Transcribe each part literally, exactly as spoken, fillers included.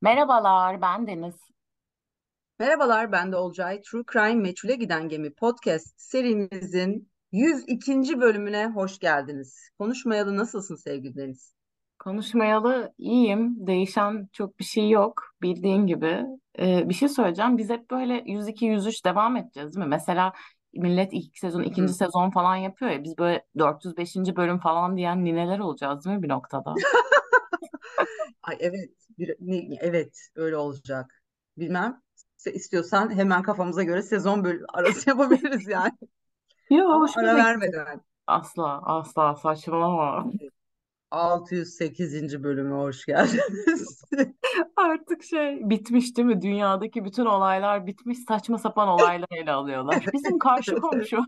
Merhabalar, ben Deniz. Merhabalar, ben de Olcay. True Crime Meçhule Giden Gemi podcast serimizin yüz ikinci bölümüne hoş geldiniz. Konuşmayalı nasılsın sevgili Deniz? Konuşmayalı iyiyim. Değişen çok bir şey yok bildiğin gibi. Ee, bir şey söyleyeceğim. Biz hep böyle yüz iki, yüz üç devam edeceğiz değil mi? Mesela millet ilk sezon, ikinci Hı. sezon falan yapıyor ya. Biz böyle dört yüz beşinci bölüm falan diyen nineler olacağız değil mi bir noktada? Ay evet, bir, ne- evet öyle olacak. Bilmem. Se- istiyorsan hemen kafamıza göre sezon bölüm arası yapabiliriz yani. Yo, Ama hoşuma ara da gitti. vermeden. Asla, asla saçmalama. altı yüz sekizinci bölüme hoş geldiniz. Artık şey bitmiş değil mi? Dünyadaki bütün olaylar bitmiş. Saçma sapan olaylar ele alıyorlar. Bizim karşı komşu.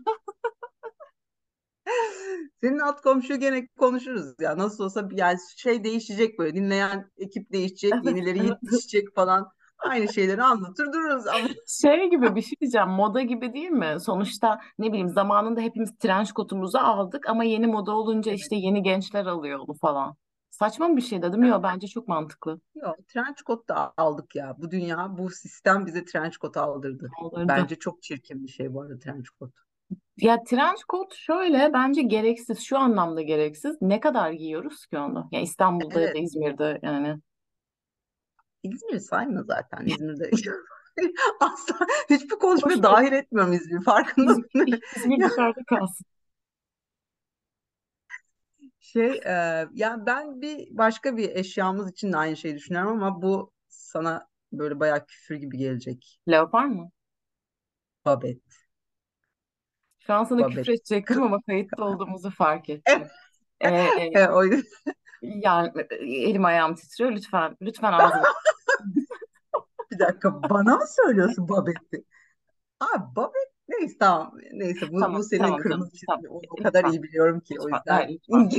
Senin alt komşu gene konuşuruz ya. Nasıl olsa bir- yani şey değişecek böyle. Dinleyen ekip değişecek, Evet, yenileri evet. yetişecek falan. Aynı şeyleri anlatır dururuz ama Şey gibi bir şey diyeceğim. Moda gibi değil mi? Sonuçta ne bileyim zamanında hepimiz trenç kotumuzu aldık ama yeni moda olunca evet. işte yeni gençler alıyor onu falan. Saçma bir şey dedim ya bence çok mantıklı. Yok, trench coat da aldık ya. Bu dünya, bu sistem bize trench coat aldırdı. Olurdu. Bence çok çirkin bir şey bu arada trench coat. Ya trenç kot şöyle bence gereksiz şu anlamda gereksiz. Ne kadar giyiyoruz ki onu? Ya İstanbul'da ya da Evet. İzmir'de yani. İzmir'i sayma zaten. İzmir'de asla hiçbir Boş konuşmaya ver. dahil etmiyorum İzmir'i. Farkında İz- mısın? İzmir Ya dışarıda kalsın. şey e, ya ben bir başka bir eşyamız için de aynı şeyi düşünüyorum ama bu sana böyle bayağı küfür gibi gelecek. Leopar mı? Babet. Şu an sana Babet. küfür edecektim ama kayıtta olduğumuzu fark Eh, ettim. Ee, eh, o Yani e, elim ayağım titriyor. Lütfen, lütfen ağzını. bir dakika bana mı söylüyorsun Babet'i? Abi Babet neyse tamam. Neyse bu, Tamam, bu senin tamam canım. kırmızı Tamam. çizgin. Onu o kadar Lütfen, iyi biliyorum ki o lütfen. yüzden Hayır, lütfen.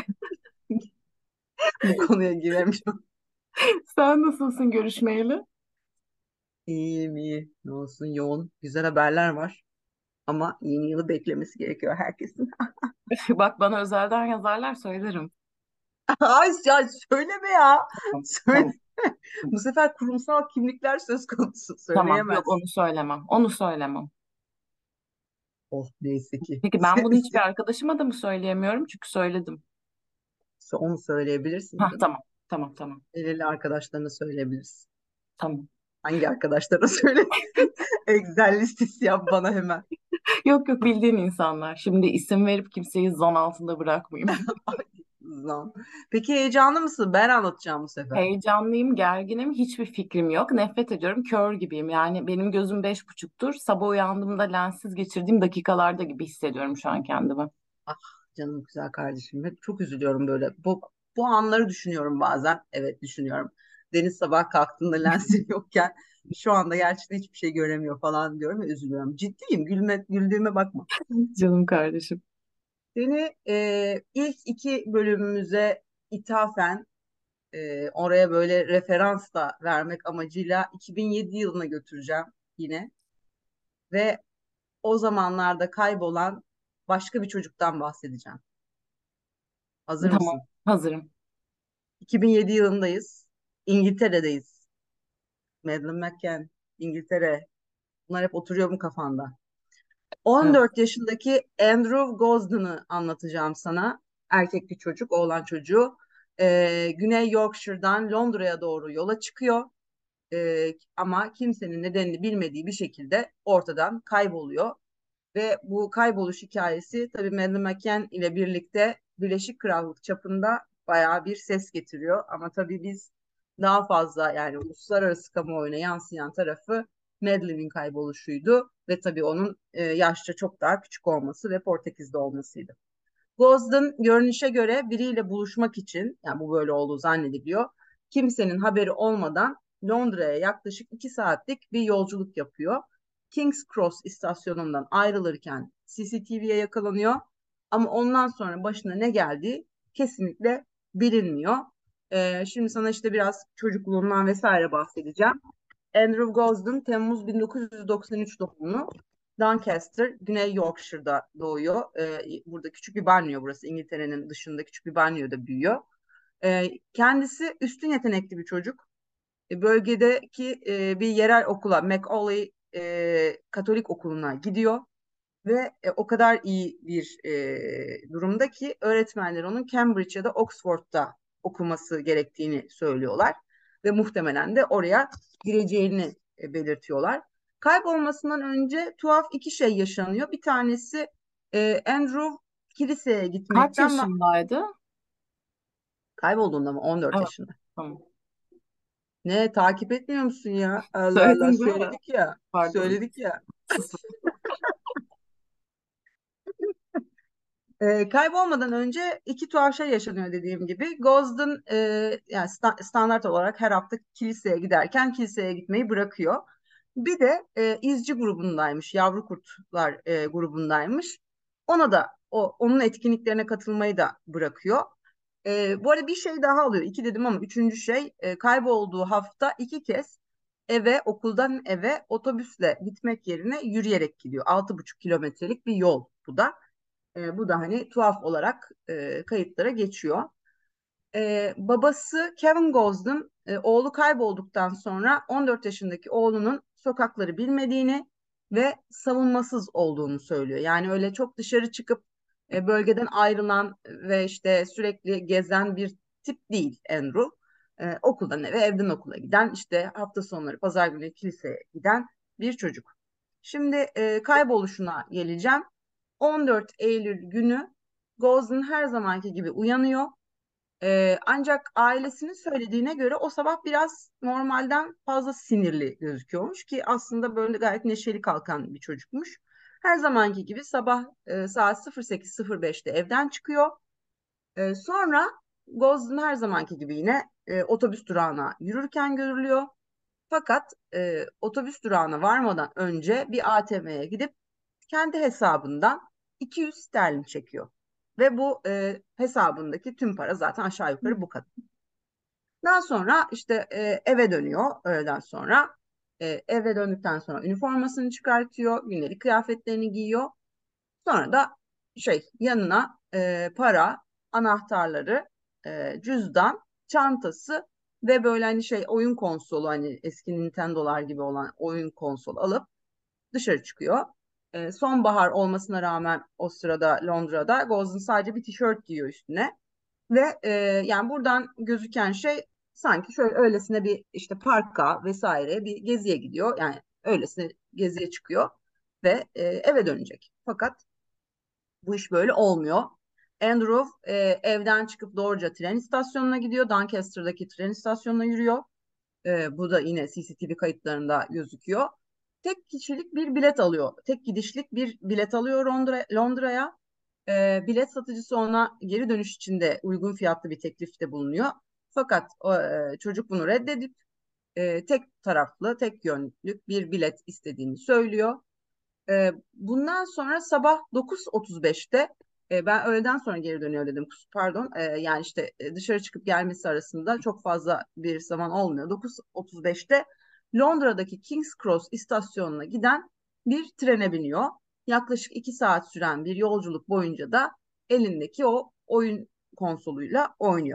bu konuya giremiyorum. Sen nasılsın görüşmeyeli? İyiyim iyi. Ne olsun yoğun. Güzel haberler var. Ama yeni yılı beklemesi gerekiyor herkesin. Bak bana özelden yazarlar söylerim. Ay ya söyleme ya. Tamam, Söyle. tamam. Bu sefer kurumsal kimlikler söz konusu. Tamam, yok Söyleyemez. onu söylemem. Onu söylemem. Oh neyse ki. Peki ben bunu hiçbir arkadaşıma da mı söyleyemiyorum? Çünkü söyledim. Onu söyleyebilirsin Ha, canım. tamam, tamam, tamam. Belirli arkadaşlarına söyleyebilirsin. Tamam. Hangi arkadaşlara söyle? Excel listesi yap bana hemen. Yok yok bildiğin insanlar. Şimdi isim verip kimseyi zan altında bırakmayayım. Ay, zan. Peki heyecanlı mısın? Ben anlatacağım bu sefer. Heyecanlıyım, gerginim, hiçbir fikrim yok. Nefret ediyorum, kör gibiyim. Yani benim gözüm beş buçuktur. Sabah uyandığımda lenssiz geçirdiğim dakikalarda gibi hissediyorum şu an kendimi. Ah canım güzel kardeşim. Hep çok üzülüyorum böyle. Bu, bu anları düşünüyorum bazen. Evet düşünüyorum. Deniz sabah kalktığında lensi yokken şu anda gerçekten hiçbir şey göremiyor falan diyorum ve üzülüyorum. Ciddiyim. Gülme, güldüğüme bakma. Canım kardeşim. Seni e, ilk iki bölümümüze ithafen e, oraya böyle referans da vermek amacıyla iki bin yedi yılına götüreceğim yine. Ve o zamanlarda kaybolan başka bir çocuktan bahsedeceğim. Hazır Tamam, mısın? hazırım. iki bin yedi yılındayız. İngiltere'deyiz. Madeleine McCann, İngiltere. Bunlar hep oturuyor mu kafanda? Evet. on dört yaşındaki Andrew Gosden'ı anlatacağım sana. Erkek bir çocuk, oğlan çocuğu. Ee, Güney Yorkshire'dan Londra'ya doğru yola çıkıyor. Ee, ama kimsenin nedenini bilmediği bir şekilde ortadan kayboluyor. Ve bu kayboluş hikayesi tabii Madeleine McCann ile birlikte Birleşik Krallık çapında bayağı bir ses getiriyor. Ama tabii biz daha fazla yani uluslararası kamuoyuna yansıyan tarafı Madeleine'in kayboluşuydu. Ve tabii onun e, yaşça çok daha küçük olması ve Portekiz'de olmasıydı. Gosden görünüşe göre biriyle buluşmak için, yani bu böyle olduğu zannediliyor, kimsenin haberi olmadan Londra'ya yaklaşık iki saatlik bir yolculuk yapıyor. King's Cross istasyonundan ayrılırken C C T V'ye yakalanıyor ama ondan sonra başına ne geldiği kesinlikle bilinmiyor. Ee, şimdi sana işte biraz çocukluğundan vesaire bahsedeceğim. Andrew Gosden Temmuz bin dokuz yüz doksan üç doğumlu. Doncaster, Güney Yorkshire'da doğuyor. Ee, burada küçük bir banyo burası. İngiltere'nin dışında küçük bir banyoda büyüyor. Ee, kendisi üstün yetenekli bir çocuk. e, bölgedeki e, bir yerel okula, Macaulay e, Katolik okuluna gidiyor ve e, o kadar iyi bir e, durumda ki öğretmenler onun Cambridge ya da Oxford'da okuması gerektiğini söylüyorlar ve muhtemelen de oraya gireceğini e, belirtiyorlar. Kaybolmasından önce tuhaf iki şey yaşanıyor. Bir tanesi e, Andrew kiliseye Kaç gitmekten ve yaşındaydı? kaybolduğunda mı on dört Evet, yaşında. tamam. Ne takip etmiyor musun ya? Allah Allah Söyledin değil mi? söyledik ya. Pardon. Söyledik ya. Sıfır. E, kaybolmadan önce iki tuhaf şey yaşanıyor dediğim gibi. Gosden e, yani sta- standart olarak her hafta kiliseye giderken kiliseye gitmeyi bırakıyor. Bir de e, izci grubundaymış, yavru kurtlar e, grubundaymış. Ona da o onun etkinliklerine katılmayı da bırakıyor. E, bu arada bir şey daha alıyor. İki dedim ama üçüncü şey e, kaybolduğu hafta iki kez eve, okuldan eve otobüsle gitmek yerine yürüyerek gidiyor. Altı buçuk kilometrelik bir yol bu da. E, bu da hani tuhaf olarak e, kayıtlara geçiyor. E, babası Kevin Gosden e, oğlu kaybolduktan sonra on dört yaşındaki oğlunun sokakları bilmediğini ve savunmasız olduğunu söylüyor. Yani öyle çok dışarı çıkıp e, bölgeden ayrılan ve işte sürekli gezen bir tip değil Andrew. E, okuldan eve, evden okula giden, işte hafta sonları, pazar günü kiliseye giden bir çocuk. Şimdi e, kayboluşuna geleceğim. on dört Eylül günü Gosden her zamanki gibi uyanıyor. Ee, ancak ailesinin söylediğine göre o sabah biraz normalden fazla sinirli gözüküyormuş ki aslında böyle gayet neşeli kalkan bir çocukmuş. Her zamanki gibi sabah e, saat sıfır sekiz sıfır beşte evden çıkıyor. E, sonra Gosden her zamanki gibi yine e, otobüs durağına yürürken görülüyor. Fakat e, otobüs durağına varmadan önce bir A T M'ye gidip kendi hesabından iki yüz sterlin çekiyor. Ve bu e, hesabındaki tüm para zaten aşağı yukarı bu kadar. Daha sonra işte e, eve dönüyor öğleden sonra. E, eve döndükten sonra üniformasını çıkartıyor, günlük kıyafetlerini giyiyor. Sonra da şey yanına e, para, anahtarları, e, cüzdan, çantası ve böyle hani şey oyun konsolu, hani eski Nintendo'lar gibi olan oyun konsolu alıp dışarı çıkıyor. E, sonbahar olmasına rağmen o sırada Londra'da Gosling sadece bir tişört giyiyor üstüne. Ve e, yani buradan gözüken şey sanki şöyle öylesine bir işte parka vesaire bir geziye gidiyor. Yani öylesine geziye çıkıyor ve e, eve dönecek. Fakat bu iş böyle olmuyor. Andrew e, evden çıkıp doğruca tren istasyonuna gidiyor. Doncaster'daki tren istasyonuna yürüyor. E, bu da yine C C T V kayıtlarında gözüküyor. Tek kişilik bir bilet alıyor. Tek gidişlik bir bilet alıyor Londra, Londra'ya. E, bilet satıcısı ona geri dönüş için de uygun fiyatlı bir teklifte bulunuyor. Fakat o, e, çocuk bunu reddedip e, tek taraflı, tek yönlük bir bilet istediğini söylüyor. E, bundan sonra sabah dokuz otuz beşte e, ben öğleden sonra geri dönüyor dedim, pardon. E, yani işte e, dışarı çıkıp gelmesi arasında çok fazla bir zaman olmuyor. dokuz otuz beşte Londra'daki King's Cross istasyonuna giden bir trene biniyor. Yaklaşık iki saat süren bir yolculuk boyunca da elindeki o oyun konsoluyla oynuyor.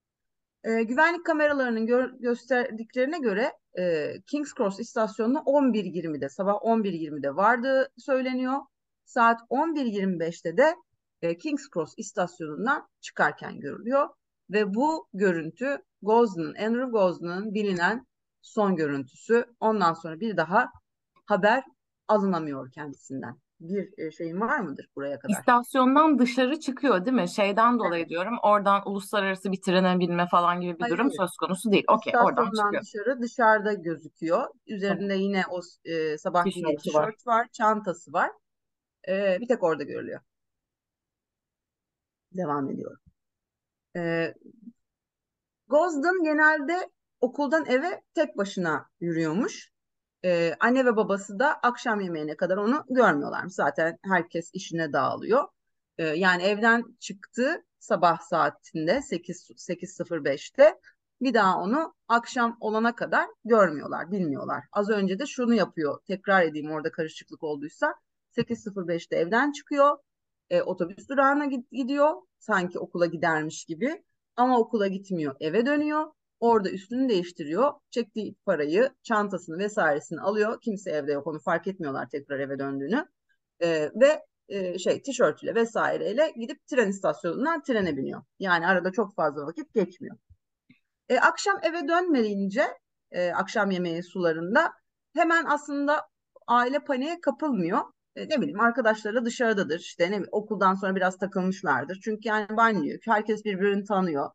E, güvenlik kameralarının gör, gösterdiklerine göre e, King's Cross istasyonuna on bir yirmide, sabah on bir yirmide vardığı söyleniyor. Saat on bir yirmi beşte de e, King's Cross istasyonundan çıkarken görülüyor. Ve bu görüntü Gosden'ın, Andrew Gosden'ın bilinen son görüntüsü. Ondan sonra bir daha haber alınamıyor kendisinden. Bir e, şeyin var mıdır buraya kadar? İstasyondan dışarı çıkıyor değil mi? Şeyden dolayı Evet. diyorum. Oradan uluslararası bir trene binme falan gibi bir Hayır, durum hayır. söz konusu değil. Okey, oradan İstasyondan çıkıyor. dışarı, dışarıda gözüküyor. Tamam. Üzerinde yine o e, sabah giydiği Tişörtü var. tişört var, çantası var. E, bir tek orada görülüyor. Devam ediyorum. E, Gosden genelde okuldan eve tek başına yürüyormuş. E, anne ve babası da akşam yemeğine kadar onu görmüyorlarmış. Zaten herkes işine dağılıyor. E, yani evden çıktı sabah saatinde sekiz sekiz sıfır beşte, bir daha onu akşam olana kadar görmüyorlar, bilmiyorlar. Az önce de şunu yapıyor. Tekrar edeyim orada karışıklık olduysa. sekiz sıfır beşte evden çıkıyor. E, otobüs durağına gidiyor. Sanki okula gidermiş gibi. Ama okula gitmiyor, eve dönüyor. Orada üstünü değiştiriyor. Çektiği parayı, çantasını vesairesini alıyor. Kimse evde yok, onu fark etmiyorlar tekrar eve döndüğünü. Ee, ve e, şey tişörtüyle vesaireyle gidip tren istasyonundan trene biniyor. Yani arada çok fazla vakit geçmiyor. E, akşam eve dönmeyince e, akşam yemeği sularında hemen aslında aile paniğe kapılmıyor. E, ne bileyim arkadaşları dışarıdadır. İşte ne bileyim, okuldan sonra biraz takılmışlardır. Çünkü yani banyo, herkes birbirini tanıyor.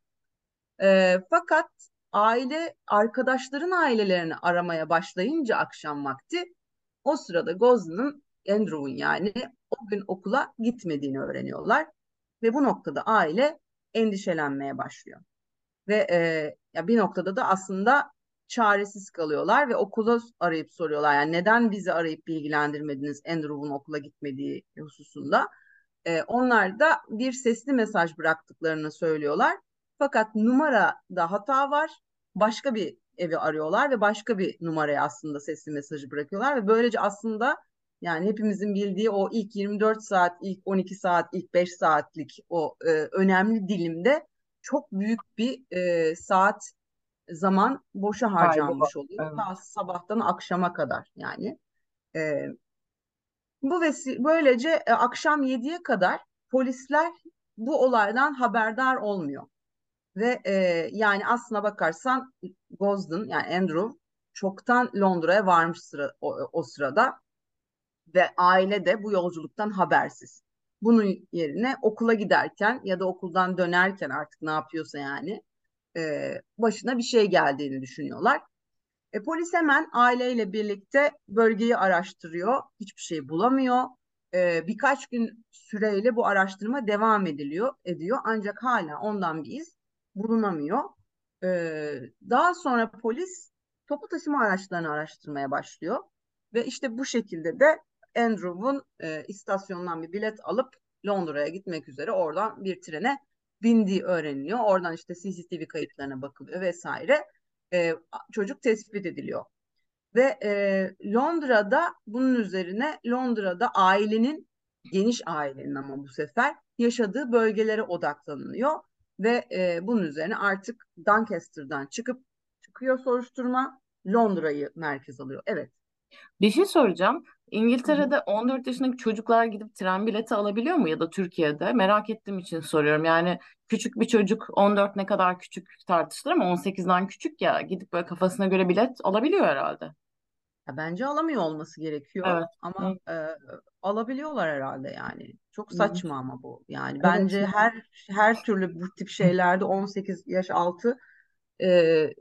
E, fakat aile arkadaşların ailelerini aramaya başlayınca akşam vakti o sırada Goslin'in, Andrew'un yani o gün okula gitmediğini öğreniyorlar. Ve bu noktada aile endişelenmeye başlıyor. Ve e, ya bir noktada da aslında çaresiz kalıyorlar ve okulu arayıp soruyorlar. Yani neden bizi arayıp bilgilendirmediniz Andrew'un okula gitmediği hususunda. E, onlar da bir sesli mesaj bıraktıklarını söylüyorlar. Fakat numarada hata var. Başka bir evi arıyorlar ve başka bir numaraya aslında sesli mesajı bırakıyorlar ve böylece aslında yani hepimizin bildiği o ilk yirmi dört saat, ilk on iki saat, ilk beş saatlik o e, önemli dilimde çok büyük bir e, saat zaman boşa Kaybı var. harcanmış oluyor. Evet. Ta sabahtan akşama kadar yani. E, bu vesi böylece e, akşam yediye kadar polisler bu olaydan haberdar olmuyor. Ve e, yani aslına bakarsan Gosden yani Andrew çoktan Londra'ya varmış sıra, o, o sırada ve aile de bu yolculuktan habersiz. Bunun yerine okula giderken ya da okuldan dönerken artık ne yapıyorsa yani e, başına bir şey geldiğini düşünüyorlar. E, polis hemen aileyle birlikte bölgeyi araştırıyor. Hiçbir şey bulamıyor. E, birkaç gün süreyle bu araştırma devam ediliyor, ediyor. Ancak hala ondan bir iz bulunamıyor. E, daha sonra polis toplu taşıma araçlarını araştırmaya başlıyor. Ve işte bu şekilde de Andrew'un e, istasyondan bir bilet alıp Londra'ya gitmek üzere oradan bir trene bindiği öğreniliyor. Oradan işte C C T V kayıtlarına bakılıyor vesaire. E, çocuk tespit ediliyor. Ve e, Londra'da bunun üzerine Londra'da ailenin geniş ailenin ama bu sefer yaşadığı bölgelere odaklanılıyor ve e, bunun üzerine artık Doncaster'dan çıkıp çıkıyor soruşturma Londra'yı merkez alıyor. Evet. Bir şey soracağım. Hı hı. İngiltere'de on dört yaşındaki çocuklar gidip tren bileti alabiliyor mu ya da Türkiye'de? Merak ettiğim için soruyorum. Yani küçük bir çocuk on dört ne kadar küçük tartışılır ama on sekizden küçük ya gidip böyle kafasına göre bilet alabiliyor herhalde. Ya bence alamıyor olması gerekiyor Evet. ama Evet. e, alabiliyorlar herhalde yani. Çok saçma İlginç. ama bu. Yani Evet. bence her her türlü bu tip şeylerde on sekiz yaş altı e,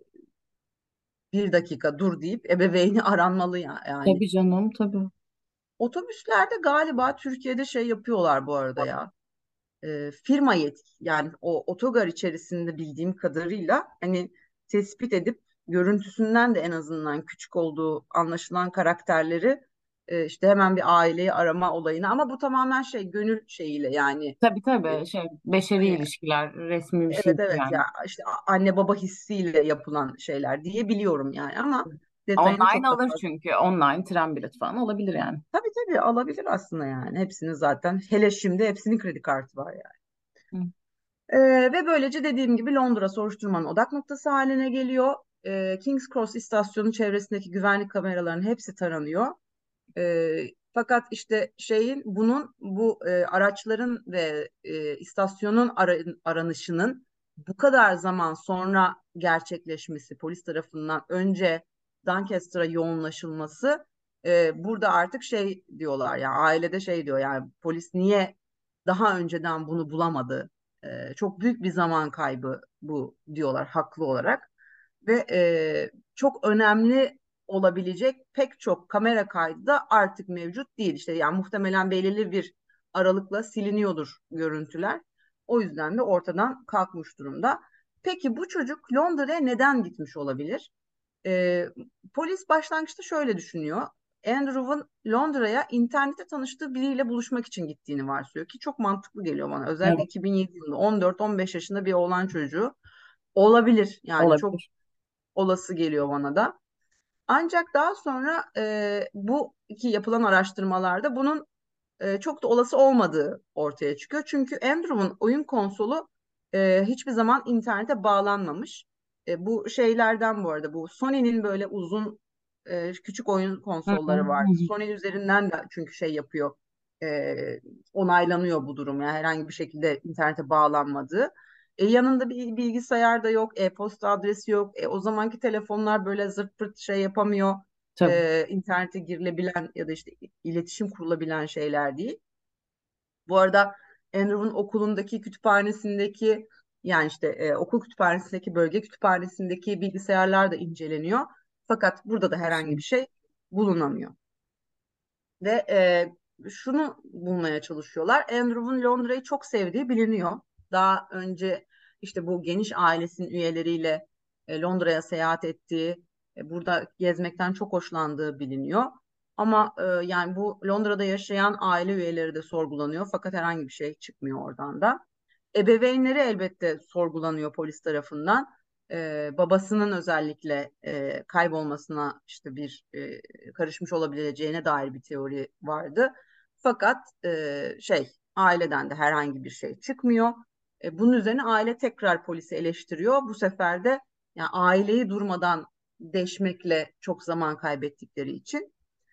bir dakika dur deyip ebeveyni aranmalı ya, yani. Tabii canım tabii. Otobüslerde galiba Türkiye'de şey yapıyorlar bu arada ya. E, firma yetki yani o otogar içerisinde bildiğim kadarıyla hani tespit edip görüntüsünden de en azından küçük olduğu anlaşılan karakterleri e, işte hemen bir aileyi arama olayını ama bu tamamen şey gönül şeyiyle yani Tabii e, tabii şey beşeri hani ilişkiler resmi bir şey evet değil evet ya yani. işte anne baba hissiyle yapılan şeyler diye biliyorum yani ama detayını Online çok da alır fazla. çünkü online tren bileti falan olabilir yani. Tabii tabii alabilir aslında yani. Hepsini zaten. Hele şimdi hepsinin kredi kartı var yani. Hı. Ee, ve böylece dediğim gibi Londra soruşturmanın odak noktası haline geliyor. Ee, King's Cross istasyonu çevresindeki güvenlik kameralarının hepsi taranıyor. E, fakat işte şeyin bunun bu e, araçların ve e, istasyonun ara- aranışının bu kadar zaman sonra gerçekleşmesi polis tarafından önce Doncaster'a yoğunlaşılması e, burada artık şey diyorlar yani ailede şey diyor yani polis niye daha önceden bunu bulamadı. E, çok büyük bir zaman kaybı bu diyorlar haklı olarak ve e, çok önemli olabilecek pek çok kamera kaydı da artık mevcut değil. İşte yani muhtemelen belirli bir aralıkla siliniyordur görüntüler. O yüzden de ortadan kalkmış durumda. Peki bu çocuk Londra'ya neden gitmiş olabilir? Ee, polis başlangıçta şöyle düşünüyor. Andrew'un Londra'ya internette tanıştığı biriyle buluşmak için gittiğini varsayıyor ki çok mantıklı geliyor bana. Özellikle Evet, iki bin yedi yılında on dört on beş yaşında bir oğlan çocuğu olabilir. Yani çok olabilir. olası geliyor bana da. Ancak daha sonra e, bu iki yapılan araştırmalarda bunun e, çok da olası olmadığı ortaya çıkıyor. Çünkü Andrew'un oyun konsolu e, hiçbir zaman internete bağlanmamış. E, bu şeylerden bu arada, bu Sony'nin böyle uzun e, küçük oyun Hı hı, konsolları hı vardı. hı. Sony üzerinden de çünkü şey yapıyor, e, onaylanıyor bu durum. Yani herhangi bir şekilde internete bağlanmadığı. E, yanında bir bilgisayar da yok, e-posta adresi yok. E, o zamanki telefonlar böyle zırt pırt şey yapamıyor. Tabii. E, internete girilebilen ya da işte iletişim kurulabilen şeyler değil. Bu arada Andrew'un okulundaki kütüphanesindeki, yani işte e, okul kütüphanesindeki, bölge kütüphanesindeki bilgisayarlar da inceleniyor. Fakat burada da herhangi bir şey bulunamıyor. Ve e, şunu bulmaya çalışıyorlar. Andrew'un Londra'yı çok sevdiği biliniyor. Daha önce işte bu geniş ailesinin üyeleriyle e, Londra'ya seyahat ettiği, e, burada gezmekten çok hoşlandığı biliniyor. Ama e, yani bu Londra'da yaşayan aile üyeleri de sorgulanıyor. Fakat herhangi bir şey çıkmıyor oradan da. Ebeveynleri elbette sorgulanıyor polis tarafından. Ee, babasının özellikle e, kaybolmasına işte bir e, karışmış olabileceğine dair bir teori vardı. Fakat e, şey, aileden de herhangi bir şey çıkmıyor. E, bunun üzerine aile tekrar polisi eleştiriyor. Bu sefer de yani aileyi durmadan deşmekle çok zaman kaybettikleri için.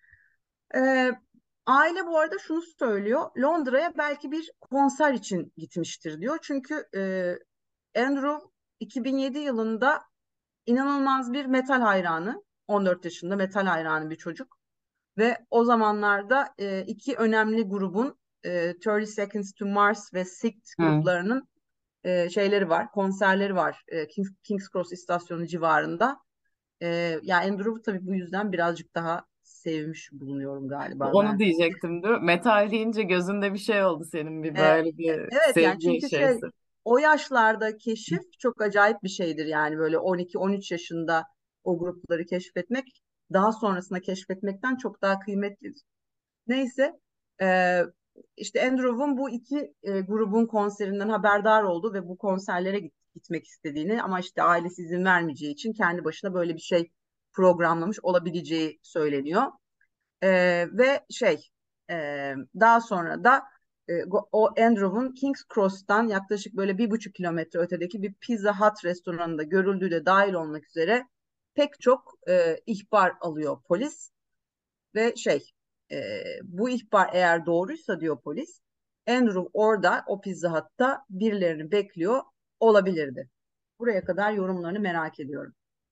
Ee, Aile bu arada şunu söylüyor. Londra'ya belki bir konser için gitmiştir diyor. Çünkü e, Andrew iki bin yedi yılında inanılmaz bir metal hayranı. on dört yaşında metal hayranı bir çocuk. Ve o zamanlarda e, iki önemli grubun, e, otuz Seconds to Mars ve Sikt Hı. gruplarının e, şeyleri var, konserleri var e, Kings, King's Cross istasyonu civarında. E, ya Andrew tabii bu yüzden birazcık daha sevmiş bulunuyorum galiba Onu ben. diyecektim değil mi? Metal deyince gözünde bir şey oldu senin, bir E, böyle e, bir evet yani sevgi çünkü şey, şeysi. o yaşlarda keşif çok acayip bir şeydir yani, böyle on iki on üç yaşında o grupları keşfetmek daha sonrasında keşfetmekten çok daha kıymetlidir. Neyse, e, işte Andrew'un bu iki e, grubun konserinden haberdar oldu ve bu konserlere git- gitmek istediğini, ama işte ailesi izin vermeyeceği için kendi başına böyle bir şey programlamış olabileceği söyleniyor. E, Ve şey, e, daha sonra da e, o Andrew'un King's Cross'tan yaklaşık böyle bir buçuk kilometre ötedeki bir Pizza Hut restoranında görüldüğü de dahil olmak üzere pek çok e, ihbar alıyor polis. Ve şey, e, bu ihbar eğer doğruysa diyor polis, Andrew orada o Pizza Hut'ta birilerini bekliyor olabilirdi. Buraya kadar yorumlarını merak ediyorum.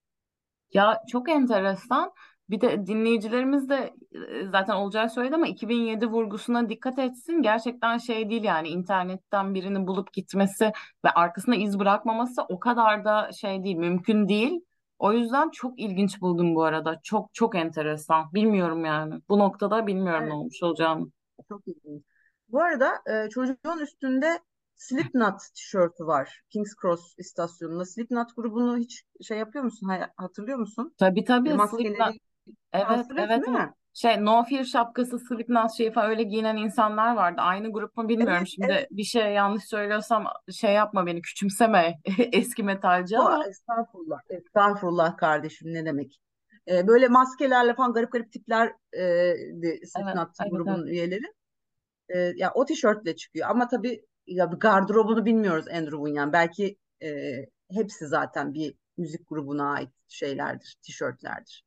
Ya çok enteresan. Bir de dinleyicilerimiz de e, zaten olacağı söyledi ama iki bin yedi vurgusuna dikkat etsin. Gerçekten şey değil yani, internetten birini bulup gitmesi ve arkasına iz bırakmaması o kadar da şey değil, mümkün değil. O yüzden çok ilginç buldum bu arada. Çok çok enteresan. Bilmiyorum yani. Bu noktada bilmiyorum ne Evet, olmuş olacağını. çok ilginç. Bu arada e, çocuğun üstünde Slipknot tişörtü var. King's Cross istasyonunda. Slipknot grubunu hiç şey yapıyor musun? Hay- hatırlıyor musun? Tabii Böyle tabii, Slipknot. maskeleri Evet, hatırlıyorsun evet, değil evet. mi? Şey, No Fear şapkası, Slipknot şeyi falan öyle giyinen insanlar vardı. Aynı grup mu bilmiyorum. Evet, Şimdi evet. bir şey yanlış söylüyorsam şey yapma, beni küçümseme eski metalci Yo, ama. estağfurullah. Estağfurullah kardeşim, ne demek. Ee, böyle maskelerle falan garip garip tipler, e, de Evet, Slipknot evet, evet. grubunun üyeleri. Ee, ya o tişörtle çıkıyor. Ama tabii ya bir gardırobunu bilmiyoruz Andrew'un yani. Belki e, hepsi zaten bir müzik grubuna ait şeylerdir, tişörtlerdir.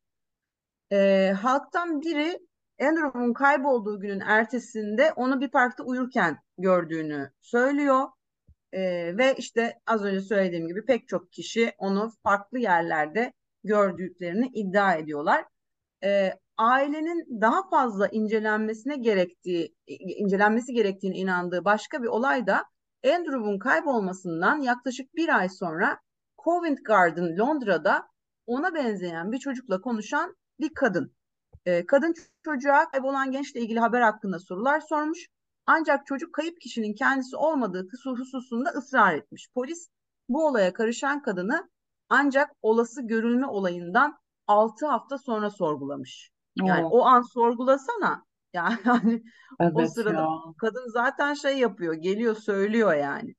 Ee, halktan biri Andrew'un kaybolduğu günün ertesinde onu bir parkta uyurken gördüğünü söylüyor. Ee, ve işte az önce söylediğim gibi pek çok kişi onu farklı yerlerde gördüklerini iddia ediyorlar. Ee, ailenin daha fazla incelenmesine gerektiği, incelenmesi gerektiğine inandığı başka bir olay da Andrew'un kaybolmasından yaklaşık bir ay sonra Covent Garden, Londra'da ona benzeyen bir çocukla konuşan bir kadın. E, kadın çocuğa kaybolan gençle ilgili haber hakkında sorular sormuş. Ancak çocuk kayıp kişinin kendisi olmadığı hususunda ısrar etmiş. Polis bu olaya karışan kadını ancak olası görülme olayından altı hafta sonra sorgulamış. Yani Oo, o an sorgulasana. Yani hani o evet sırada ya. kadın zaten şey yapıyor, geliyor söylüyor yani.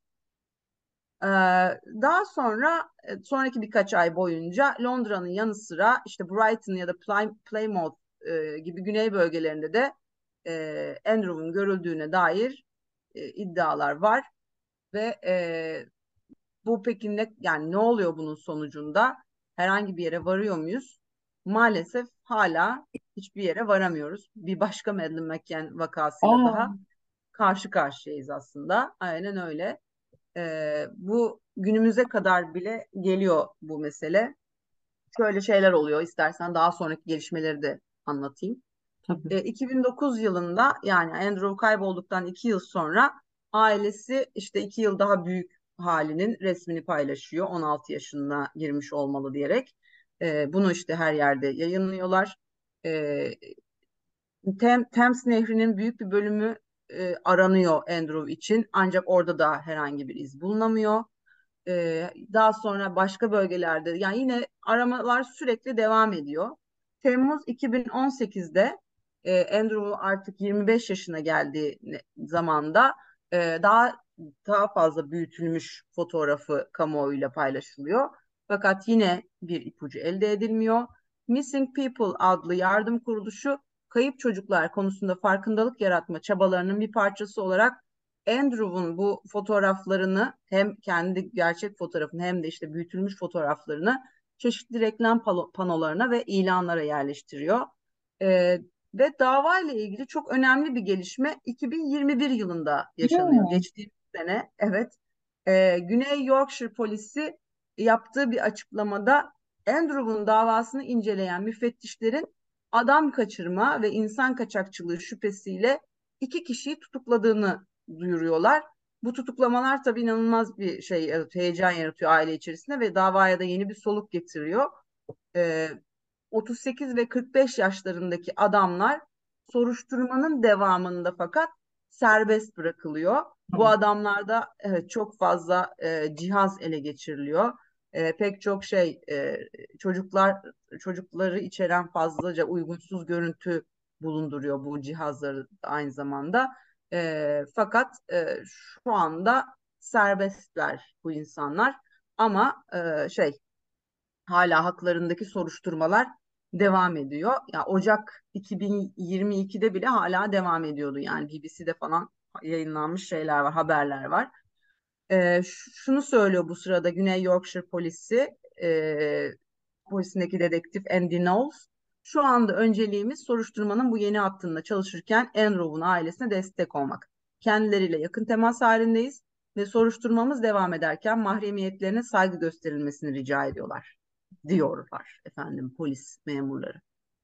Ee, Daha sonra e, sonraki birkaç ay boyunca Londra'nın yanı sıra işte Brighton ya da Plym- Plymouth e, gibi güney bölgelerinde de e, Andrew'un görüldüğüne dair e, iddialar var ve e, bu peki ne, yani ne oluyor bunun sonucunda? Herhangi bir yere varıyor muyuz? Maalesef hala hiçbir yere varamıyoruz. Bir başka Madeleine McCann vakasıyla Aa, daha karşı karşıyayız aslında. Aynen öyle. Ee, bu günümüze kadar bile geliyor bu mesele. Şöyle şeyler oluyor. İstersen daha sonraki gelişmeleri de anlatayım. tabii. E, iki bin dokuz yılında, yani Andrew kaybolduktan iki yıl sonra, ailesi işte iki yıl daha büyük halinin resmini paylaşıyor. on altı yaşına girmiş olmalı diyerek. E, bunu işte her yerde yayınlıyorlar. E, Tem, Thames Nehri'nin büyük bir bölümü e, aranıyor Andrew için. Ancak orada da herhangi bir iz bulunamıyor. Ee, daha sonra başka bölgelerde, yani yine aramalar sürekli devam ediyor. Temmuz iki bin on sekizde e, Andrew artık yirmi beş yaşına geldiği ne- zamanda e, daha daha fazla büyütülmüş fotoğrafı kamuoyuyla paylaşılıyor. Fakat yine bir ipucu elde edilmiyor. Missing People adlı yardım kuruluşu kayıp çocuklar konusunda farkındalık yaratma çabalarının bir parçası olarak Andrew'un bu fotoğraflarını, hem kendi gerçek fotoğrafını hem de işte büyütülmüş fotoğraflarını, çeşitli reklam panolarına ve ilanlara yerleştiriyor. Ee, Ve dava ile ilgili çok önemli bir gelişme iki bin yirmi bir yılında yaşanıyor. Hmm. Geçtiğimiz sene, evet. Ee, Güney Yorkshire polisi yaptığı bir açıklamada Andrew'un davasını inceleyen müfettişlerin adam kaçırma ve insan kaçakçılığı şüphesiyle iki kişiyi tutukladığını duyuruyorlar. Bu tutuklamalar tabii inanılmaz bir şey yaratıyor, heyecan yaratıyor aile içerisinde ve davaya da yeni bir soluk getiriyor. Ee, otuz sekiz ve kırk beş yaşlarındaki adamlar soruşturmanın devamında fakat serbest bırakılıyor. Bu Tamam. adamlarda evet, çok fazla e, cihaz ele geçiriliyor. E, pek çok şey, e, çocuklar çocukları içeren fazlaca uygunsuz görüntü bulunduruyor bu cihazları aynı zamanda. E, fakat e, şu anda serbestler bu insanlar, ama e, şey, hala haklarındaki soruşturmalar devam ediyor. Ya Ocak iki bin yirmi ikide bile hala devam ediyordu. Yani B B C'de falan yayınlanmış şeyler var, haberler var. Ee, şunu söylüyor bu sırada Güney Yorkshire polisi, e, polisindeki dedektif Andy Knowles. Şu anda önceliğimiz soruşturmanın bu yeni hattında çalışırken Andrew'un ailesine destek olmak. Kendileriyle yakın temas halindeyiz ve soruşturmamız devam ederken mahremiyetlerine saygı gösterilmesini rica ediyorlar, diyorlar efendim polis memurları.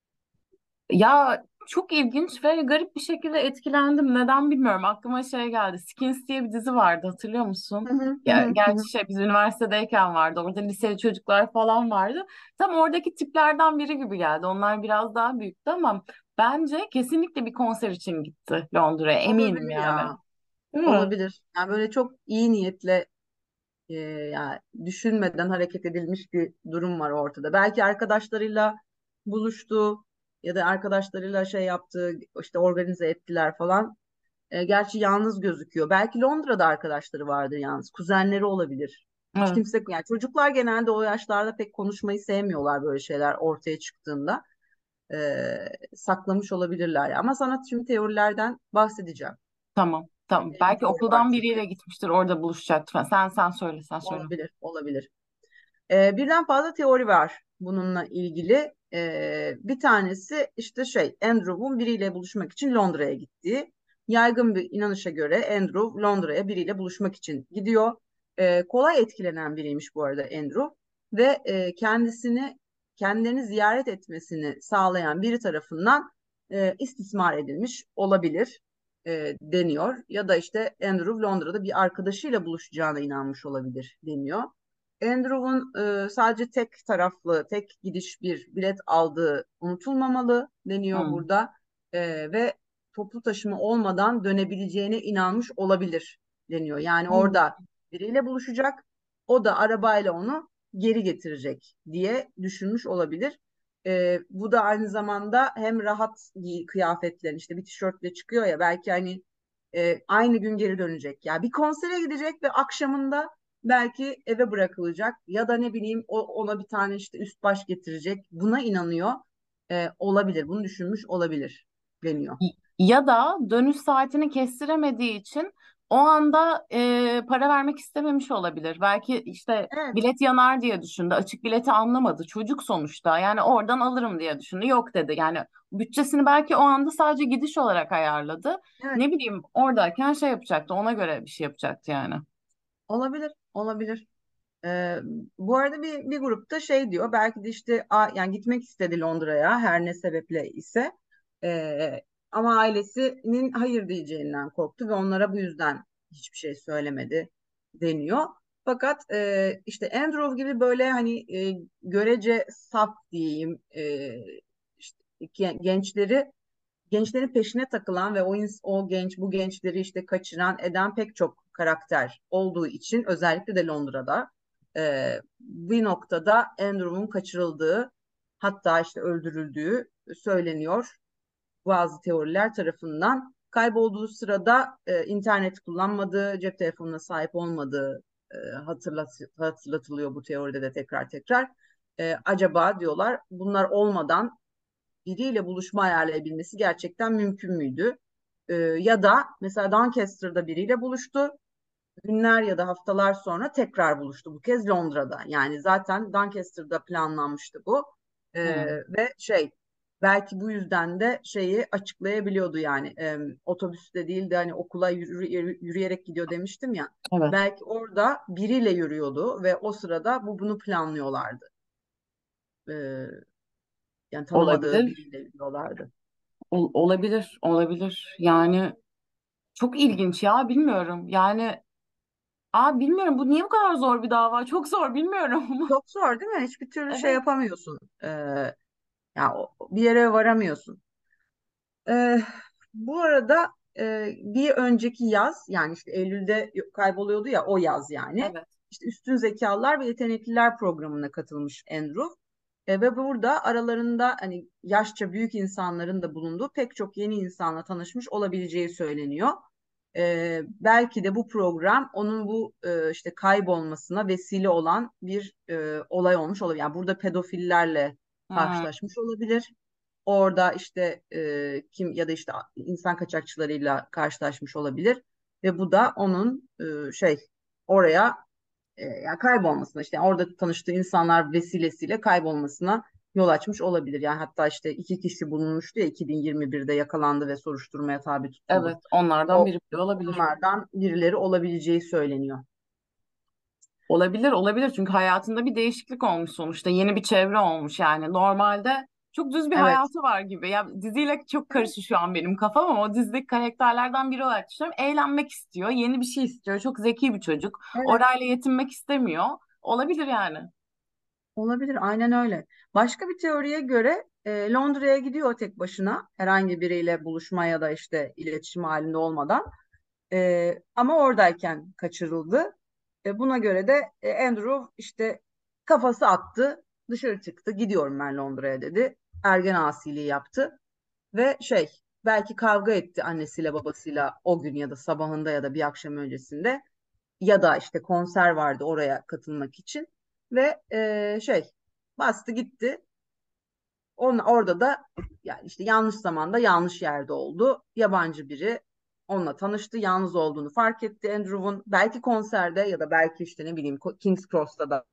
Ya çok ilginç ve garip bir şekilde etkilendim. Neden bilmiyorum. Aklıma şey geldi. Skins diye bir dizi vardı, hatırlıyor musun? Hı hı, hı Ya, hı, hı hı. gerçi şey biz üniversitedeyken vardı. Orada liseli çocuklar falan vardı. Tam oradaki tiplerden biri gibi geldi. Onlar biraz daha büyüktü ama bence kesinlikle bir konser için gitti Londra'ya. Eminim Olabilir yani. ya. Değil mi? Olabilir. Yani böyle çok iyi niyetle, e, yani düşünmeden hareket edilmiş bir durum var ortada. Belki arkadaşlarıyla buluştu ya da arkadaşlarıyla şey yaptı, işte organize ettiler falan. E, gerçi yalnız gözüküyor. Belki Londra'da arkadaşları vardır yalnız. Kuzenleri olabilir. Hiç Evet, kimse, yani çocuklar genelde o yaşlarda pek konuşmayı sevmiyorlar böyle şeyler ortaya çıktığında. E, Saklamış olabilirler. Ama sana şimdi teorilerden bahsedeceğim. tamam. Tamam. Epey bir Belki teori var okuldan çünkü. biriyle gitmiştir. Orada buluşacaktı falan. Sen sen söyle, sen söyle. Olabilir, olabilir. Ee, birden fazla teori var bununla ilgili. Ee, bir tanesi işte şey, Andrew'un biriyle buluşmak için Londra'ya gittiği. Yaygın bir inanışa göre Andrew Londra'ya biriyle buluşmak için gidiyor. Ee, kolay etkilenen biriymiş bu arada Andrew ve e, kendisini kendilerini ziyaret etmesini sağlayan biri tarafından e, istismar edilmiş olabilir e, deniyor. Ya da işte Andrew Londra'da bir arkadaşıyla buluşacağına inanmış olabilir deniyor. Andrew'un e, sadece tek taraflı, tek gidiş bir bilet aldığı unutulmamalı deniyor Hmm. burada. E, ve toplu taşıma olmadan dönebileceğine inanmış olabilir deniyor. Yani Hmm. orada biriyle buluşacak, o da arabayla onu geri getirecek diye düşünmüş olabilir. E, bu da aynı zamanda hem rahat giy kıyafetlerin, işte bir tişörtle çıkıyor ya, belki hani e, aynı gün geri dönecek. Ya bir konsere gidecek ve akşamında belki eve bırakılacak ya da ne bileyim o, ona bir tane işte üst baş getirecek. Buna inanıyor e, olabilir. Bunu düşünmüş olabilir deniyor. Ya da dönüş saatini kestiremediği için o anda e, para vermek istememiş olabilir. Belki işte Evet, bilet yanar diye düşündü. Açık bileti anlamadı. Çocuk sonuçta. Yani oradan alırım diye düşündü. Yok dedi. Yani bütçesini belki o anda sadece gidiş olarak ayarladı. evet. Ne bileyim oradayken şey yapacaktı. Ona göre bir şey yapacaktı yani. Olabilir, olabilir. Ee, Bu arada bir, bir grupta şey diyor, belki de işte a, yani gitmek istedi Londra'ya her ne sebeple ise. Ee, Ama ailesinin hayır diyeceğinden korktu ve onlara bu yüzden hiçbir şey söylemedi deniyor. Fakat e, işte Andrew gibi böyle hani e, görece saf diyeyim, e, işte gen- gençleri gençlerin peşine takılan ve o, ins- o genç bu gençleri işte kaçıran eden pek çok karakter olduğu için özellikle de Londra'da e, bir noktada Andrew'un kaçırıldığı, hatta işte öldürüldüğü söyleniyor bazı teoriler tarafından. Kaybolduğu sırada e, internet kullanmadığı, cep telefonuna sahip olmadığı e, hatırlat, hatırlatılıyor bu teoride de tekrar tekrar. E, acaba diyorlar bunlar olmadan biriyle buluşma ayarlayabilmesi gerçekten mümkün müydü? Ee, ya da mesela Doncaster'da biriyle buluştu. Günler ya da haftalar sonra tekrar buluştu. Bu kez Londra'da. Yani zaten Doncaster'da planlanmıştı bu. Ee, Hmm. ve şey belki bu yüzden de şeyi açıklayabiliyordu yani. Ee, otobüste değil de hani okula yürü- yürüyerek gidiyor demiştim ya. Evet. Belki orada biriyle yürüyordu ve o sırada bu bunu planlıyorlardı. Ee, Yani tanımadığı Olabilir. biriyle yürüyorlardı. Ol- olabilir. Olabilir. Yani çok ilginç ya. Bilmiyorum. Yani aa bilmiyorum. Bu niye bu kadar zor bir dava? Çok zor. Bilmiyorum. Çok zor değil mi? Hiçbir türlü şey Evet. yapamıyorsun. Ee, yani o- bir yere varamıyorsun. Ee, Bu arada e, bir önceki yaz yani işte Eylül'de kayboluyordu ya o yaz yani. Evet. İşte Üstün Zekalılar ve Yetenekliler programına katılmış Andrew. E, ve burada aralarında hani yaşça büyük insanların da bulunduğu pek çok yeni insanla tanışmış olabileceği söyleniyor. E, belki de bu program onun bu e, işte kaybolmasına vesile olan bir e, olay olmuş olabilir. Yani burada pedofillerle Hmm. karşılaşmış olabilir. Orada işte e, kim ya da işte insan kaçakçılarıyla karşılaşmış olabilir ve bu da onun e, şey oraya e, yani kaybolmasına işte orada tanıştığı insanlar vesilesiyle kaybolmasına yol açmış olabilir. Yani hatta işte iki kişi bulunmuştu ya iki bin yirmi birde yakalandı ve soruşturmaya tabi tutuldu. Evet. Onlardan O biri bile olabilir. onlardan birileri olabileceği söyleniyor. Olabilir, olabilir. Çünkü hayatında bir değişiklik olmuş sonuçta. Yeni bir çevre olmuş yani. Normalde çok düz bir Evet. hayatı var gibi. Ya diziyle çok karışık şu an benim kafam ama o dizideki karakterlerden biri olarak düşünüyorum. Eğlenmek istiyor, yeni bir şey istiyor. Çok zeki bir çocuk. Evet. Orayla yetinmek istemiyor. Olabilir yani. Olabilir, aynen öyle. Başka bir teoriye göre e, Londra'ya gidiyor tek başına herhangi biriyle buluşma ya da işte iletişim halinde olmadan. E, ama oradayken kaçırıldı. E, buna göre de e, Andrew işte kafası attı, dışarı çıktı. Gidiyorum ben Londra'ya dedi. Ergen asiliği yaptı ve şey belki kavga etti annesiyle babasıyla o gün ya da sabahında ya da bir akşam öncesinde ya da işte konser vardı oraya katılmak için ve e, şey bastı gitti. On, orada da yani işte yanlış zamanda yanlış yerde oldu. Yabancı biri onunla tanıştı. Yalnız olduğunu fark etti Andrew'un. Belki konserde ya da belki işte ne bileyim King's Cross'ta da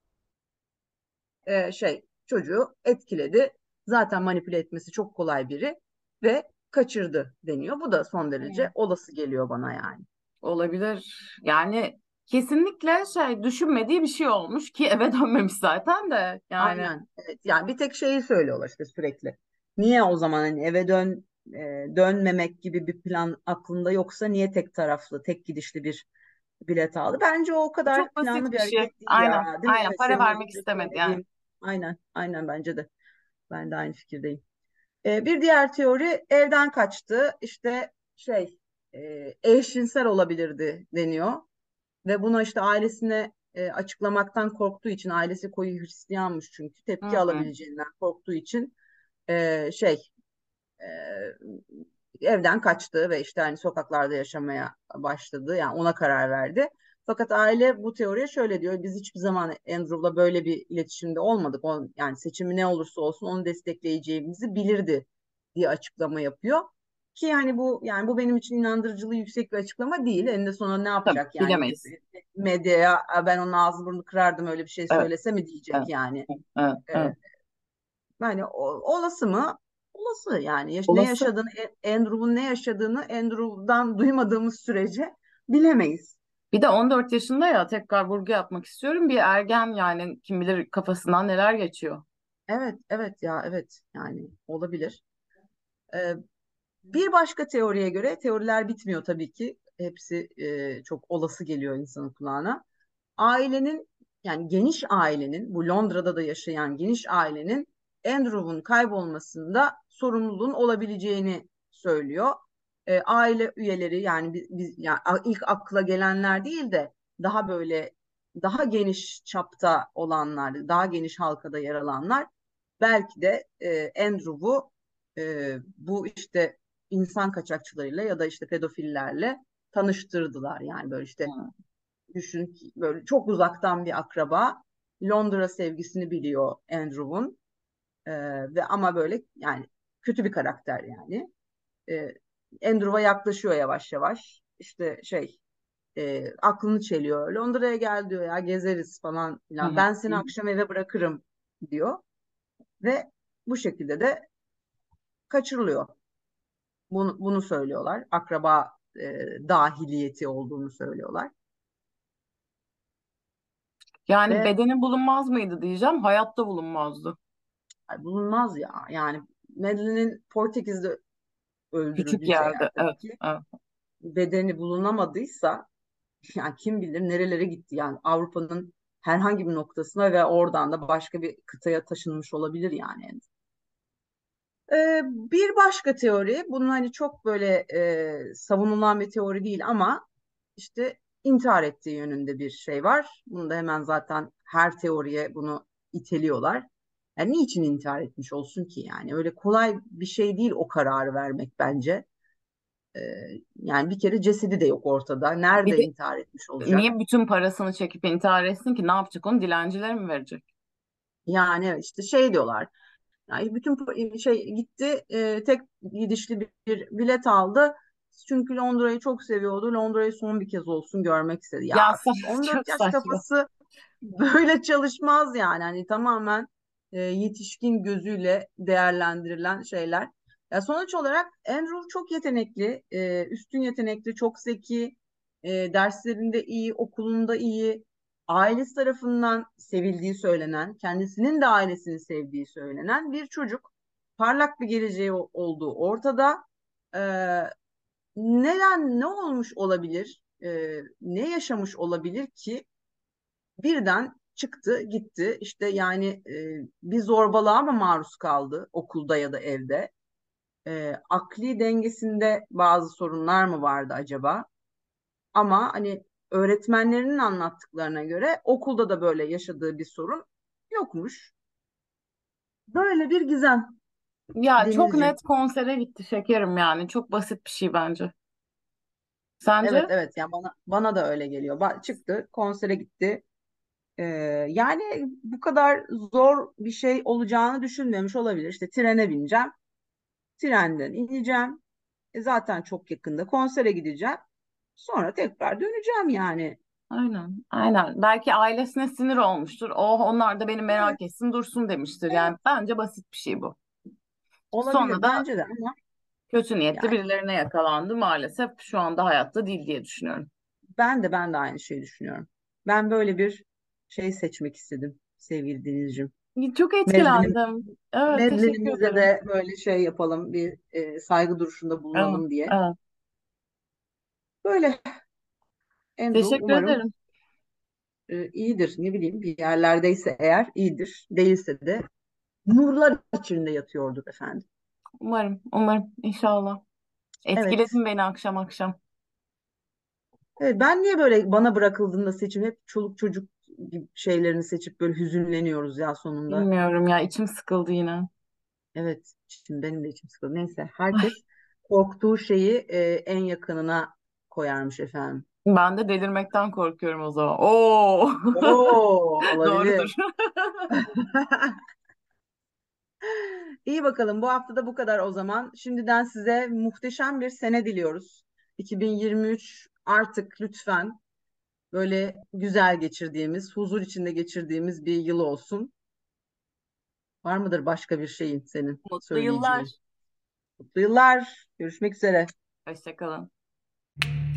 e, şey çocuğu etkiledi. Zaten manipüle etmesi çok kolay biri ve kaçırdı deniyor. Bu da son derece Hmm. olası geliyor bana yani. Olabilir. Yani kesinlikle şey düşünmediği bir şey olmuş ki eve dönmemiş zaten de yani. Aynen. Evet. Yani bir tek şeyi söylüyorlar işte sürekli. Niye o zaman hani eve dön e, dönmemek gibi bir plan aklında yoksa niye tek taraflı, tek gidişli bir bilet aldı? Bence o o Bu kadar çok basit planlı bir bir şey. hareket değil Aynen. ya, değil mi? Aynen. Evet, Para senin az vermek önce istemedi yani. söylediğin. Aynen, aynen bence de. Ben de aynı fikirdeyim. E, bir diğer teori evden kaçtı. İşte şey e, eşcinsel olabilirdi deniyor. Ve bunu işte ailesine e, açıklamaktan korktuğu için ailesi koyu Hristiyanmış çünkü tepki Hı hı. alabileceğinden korktuğu için e, şey e, evden kaçtı ve işte hani sokaklarda yaşamaya başladı. Yani ona karar verdi. Fakat aile bu teoriye şöyle diyor. Biz hiçbir zaman Andrew'la böyle bir iletişimde olmadık. O, yani seçimi ne olursa olsun onu destekleyeceğimizi bilirdi diye açıklama yapıyor. Ki yani bu yani bu benim için inandırıcılığı yüksek bir açıklama değil. Eninde sonunda ne Tabii yapacak yani, gidip bilemeyiz. medyaya ben onun ağzını burnunu kırardım öyle bir şey Evet, söylese mi diyecek evet, yani. evet, Ee, evet. Yani o- olası mı? Olası yani. Yaş- ne Olası. yaşadığını, E- Andrew'un ne yaşadığını Andrew'dan duymadığımız sürece bilemeyiz. Bir de on dört yaşında ya, tekrar vurgu yapmak istiyorum. Bir ergen yani, kim bilir kafasından neler geçiyor. Evet, evet ya, evet yani olabilir. Ee, Bir başka teoriye göre, teoriler bitmiyor tabii ki. Hepsi e, çok olası geliyor insanın kulağına. Ailenin, yani geniş ailenin, bu Londra'da da yaşayan geniş ailenin Andrew'un kaybolmasında sorumluluğun olabileceğini söylüyor. E, aile üyeleri, yani biz, biz yani ilk akla gelenler değil de daha böyle daha geniş çapta olanlar, daha geniş halkada yer alanlar belki de e, Andrew'u e, bu işte insan kaçakçılarıyla ya da işte pedofillerle tanıştırdılar. Yani böyle işte, Hı. düşün ki böyle çok uzaktan bir akraba, Londra sevgisini biliyor Andrew'un. Ee, ve ama böyle yani kötü bir karakter yani. Ee, Andrew'a yaklaşıyor yavaş yavaş. İşte şey, e, aklını çeliyor. Londra'ya gel diyor, ya gezeriz falan Hı filan. hı. Ben seni akşam eve bırakırım diyor ve bu şekilde de kaçırılıyor. Bunu, bunu söylüyorlar. Akraba e, dahiliyeti olduğunu söylüyorlar. Yani Ve bedeni bulunmaz mıydı diyeceğim. Hayatta bulunmazdı. ay, bulunmaz ya. Yani Madeline'in Portekiz'de Küçük öldürüldüğü şeyler yerde. tabii Evet, ki. evet. Bedeni bulunamadıysa yani kim bilir nerelere gitti. Yani Avrupa'nın herhangi bir noktasına ve oradan da başka bir kıtaya taşınmış olabilir yani. Ee, bir başka teori, bunun hani çok böyle e, savunulan bir teori değil ama işte intihar ettiği yönünde bir şey var. Bunu da hemen zaten her teoriye bunu iteliyorlar. Yani niçin intihar etmiş olsun ki yani? Öyle kolay bir şey değil o kararı vermek bence. Ee, Yani bir kere cesedi de yok ortada. Bir Nerede de intihar etmiş olacak? niye bütün parasını çekip intihar etsin ki? Ne yapacak onu? Dilencilere mi verecek? Yani işte şey diyorlar. Yani bütün şey gitti, e, tek gidişli bir, bir bilet aldı. Çünkü Londra'yı çok seviyordu. Londra'yı son bir kez olsun görmek istedi. Ya Ya sa- on dört çok yaş saçma. kafası böyle çalışmaz yani. Hani tamamen e, yetişkin gözüyle değerlendirilen şeyler. Ya sonuç olarak Andrew çok yetenekli, e, üstün yetenekli, çok zeki, e, derslerinde iyi, okulunda iyi, ailesi tarafından sevildiği söylenen, kendisinin de ailesini sevdiği söylenen bir çocuk. Parlak bir geleceği olduğu ortada. E, Neden, ne olmuş olabilir, e, ne yaşamış olabilir ki birden çıktı gitti, işte yani e, bir zorbalığa mı maruz kaldı okulda ya da evde? E, akli dengesinde bazı sorunlar mı vardı acaba? Ama hani öğretmenlerinin anlattıklarına göre okulda da böyle yaşadığı bir sorun yokmuş. Böyle bir gizem Ya çok Denizciğim. net konsere gitti şekerim yani. Çok basit bir şey bence. Evet, Sence? evet, yani bana bana da öyle geliyor. Ba- çıktı, konsere gitti. Ee, Yani bu kadar zor bir şey olacağını düşünmemiş olabilir. İşte trene bineceğim, trenden ineceğim. E, zaten çok yakında konsere gideceğim. Sonra tekrar döneceğim yani. Aynen, aynen. Belki ailesine sinir olmuştur. Oh, onlar da beni Evet, merak etsin dursun demiştir. evet. Yani bence basit bir şey bu. Sonra Olabilir da bence de ama kötü niyetli yani birilerine yakalandı maalesef. Şu anda hayatta değil diye düşünüyorum. ben de ben de aynı şeyi düşünüyorum. Ben böyle bir şey seçmek istedim sevgili Denizciğim. Çok Medlinim, etkilendim. Evet, teşekkür Medlinimize ederim. de böyle şey yapalım, bir e, saygı duruşunda Evet, bulunalım diye. evet. Böyle Andrew Teşekkür umarım ederim. e, iyidir. Ne bileyim, bir yerlerdeyse eğer iyidir. Değilse de nurlar içinde yatıyordur efendim. Umarım, umarım. İnşallah. Evet. Etkiledin beni akşam akşam. Evet, ben niye böyle bana bırakıldığında seçim hep çoluk çocuk gibi şeylerini seçip böyle hüzünleniyoruz ya sonunda. Bilmiyorum ya, içim sıkıldı yine. Evet, şimdi benim de içim sıkıldı. Neyse, herkes Ay, korktuğu şeyi e, en yakınına koyarmış efendim. ben de delirmekten korkuyorum o zaman. Oo. Oo, olabilir. Doğrudur. İyi bakalım, bu hafta da bu kadar o zaman. Şimdiden size muhteşem bir sene diliyoruz. iki bin yirmi üç artık lütfen böyle güzel geçirdiğimiz, huzur içinde geçirdiğimiz bir yıl olsun. Var mıdır başka bir şeyin senin Mutlu yıllar. söyleyeceğin? Mutlu yıllar. Görüşmek üzere. Hoşça kalın.